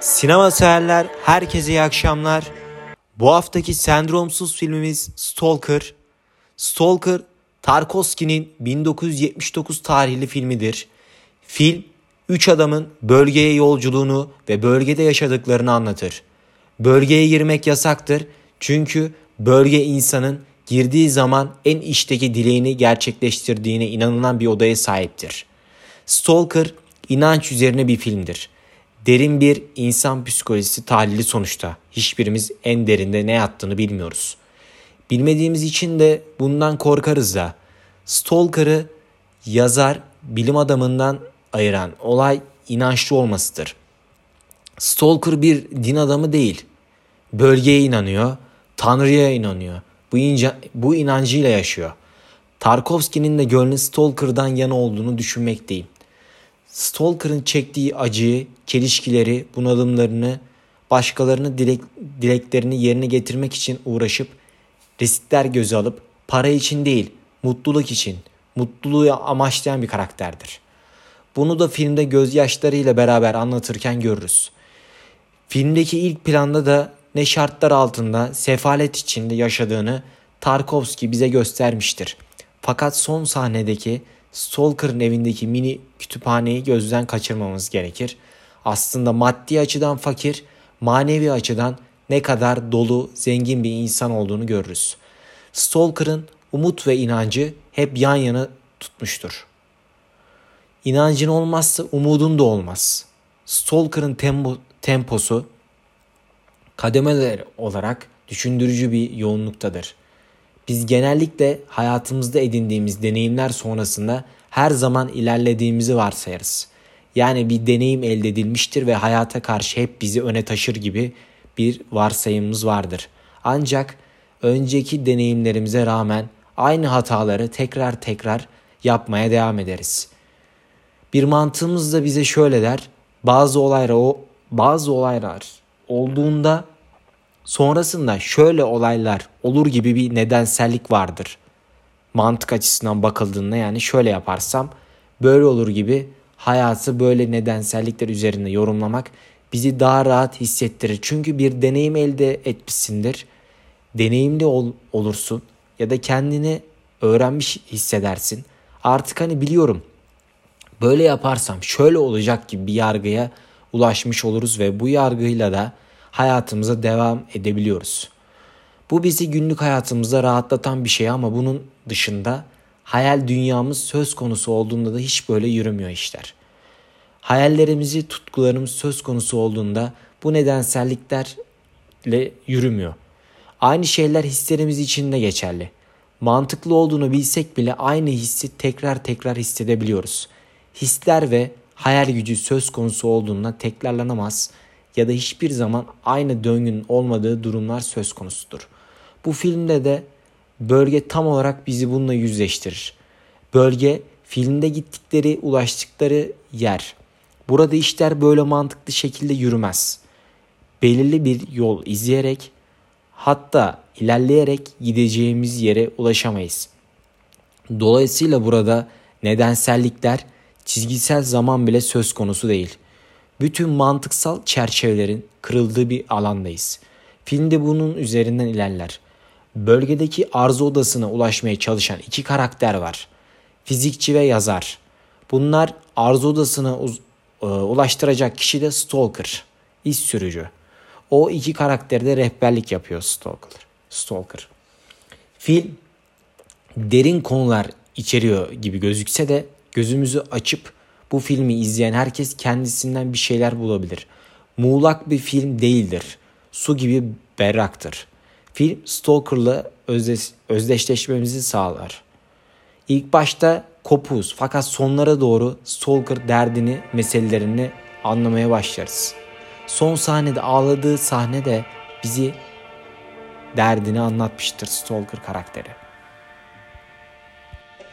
Sinema severler, herkese iyi akşamlar. Bu haftaki sendromsuz filmimiz Stalker. Stalker, Tarkovski'nin 1979 tarihli filmidir. Film, 3 adamın bölgeye yolculuğunu ve bölgede yaşadıklarını anlatır. Bölgeye girmek yasaktır çünkü bölge insanın girdiği zaman en içteki dileğini gerçekleştirdiğine inanılan bir odaya sahiptir. Stalker, inanç üzerine bir filmdir. Derin bir insan psikolojisi tahlili sonuçta. Hiçbirimiz en derinde ne yattığını bilmiyoruz. Bilmediğimiz için de bundan korkarız da. Stalker'ı yazar bilim adamından ayıran olay inançlı olmasıdır. Stalker bir din adamı değil. Bölgeye inanıyor, Tanrı'ya inanıyor. Bu inancıyla yaşıyor. Tarkovski'nin de gönlü Stalker'dan yana olduğunu düşünmekteyim. Stalker'ın çektiği acıyı, çelişkileri, bunalımlarını, başkalarının dileklerini yerine getirmek için uğraşıp riskler göze alıp para için değil, mutluluk için, mutluluğu amaçlayan bir karakterdir. Bunu da filmde gözyaşlarıyla beraber anlatırken görürüz. Filmdeki ilk planda da ne şartlar altında sefalet içinde yaşadığını Tarkovski bize göstermiştir. Fakat son sahnedeki Stalker'ın evindeki mini kütüphaneyi gözden kaçırmamız gerekir. Aslında maddi açıdan fakir, manevi açıdan ne kadar dolu, zengin bir insan olduğunu görürüz. Stalker'ın umut ve inancı hep yan yana tutmuştur. İnancın olmazsa umudun da olmaz. Stalker'ın temposu kademeler olarak düşündürücü bir yoğunluktadır. Biz genellikle hayatımızda edindiğimiz deneyimler sonrasında her zaman ilerlediğimizi varsayarız. Yani bir deneyim elde edilmiştir ve hayata karşı hep bizi öne taşır gibi bir varsayımımız vardır. Ancak önceki deneyimlerimize rağmen aynı hataları tekrar yapmaya devam ederiz. Bir mantığımız da bize şöyle der: bazı olaylar olduğunda sonrasında şöyle olaylar olur gibi bir nedensellik vardır. Mantık açısından bakıldığında yani şöyle yaparsam böyle olur gibi hayatı böyle nedensellikler üzerinde yorumlamak bizi daha rahat hissettirir. Çünkü bir deneyim elde etmişsindir. Deneyimli olursun ya da kendini öğrenmiş hissedersin. Artık biliyorum böyle yaparsam şöyle olacak gibi bir yargıya ulaşmış oluruz ve bu yargıyla da hayatımıza devam edebiliyoruz. Bu bizi günlük hayatımızda rahatlatan bir şey ama bunun dışında hayal dünyamız söz konusu olduğunda da hiç böyle yürümüyor işler. Hayallerimizi, tutkularımız söz konusu olduğunda bu nedenselliklerle yürümüyor. Aynı şeyler hislerimiz için de geçerli. Mantıklı olduğunu bilsek bile aynı hissi tekrar hissedebiliyoruz. Hisler ve hayal gücü söz konusu olduğunda tekrarlanamaz ya da hiçbir zaman aynı döngünün olmadığı durumlar söz konusudur. Bu filmde de bölge tam olarak bizi bununla yüzleştirir. Bölge filmde gittikleri, ulaştıkları yer. Burada işler böyle mantıklı şekilde yürümez. Belirli bir yol izleyerek hatta ilerleyerek gideceğimiz yere ulaşamayız. Dolayısıyla burada nedensellikler, çizgisel zaman bile söz konusu değil. Bütün mantıksal çerçevelerin kırıldığı bir alandayız. Filmde bunun üzerinden ilerler. Bölgedeki arıza odasına ulaşmaya çalışan iki karakter var. Fizikçi ve yazar. Bunlar arıza odasına ulaştıracak kişi de Stalker, iz sürücü. O iki karakter de rehberlik yapıyor Stalker. Film derin konular içeriyor gibi gözükse de gözümüzü açıp bu filmi izleyen herkes kendisinden bir şeyler bulabilir. Muğlak bir film değildir. Su gibi berraktır. Film Stalker'la özdeşleşmemizi sağlar. İlk başta kopuz fakat sonlara doğru Stalker derdini, meselelerini anlamaya başlarız. Son sahnede ağladığı sahne de bizi derdini anlatmıştır Stalker karakteri.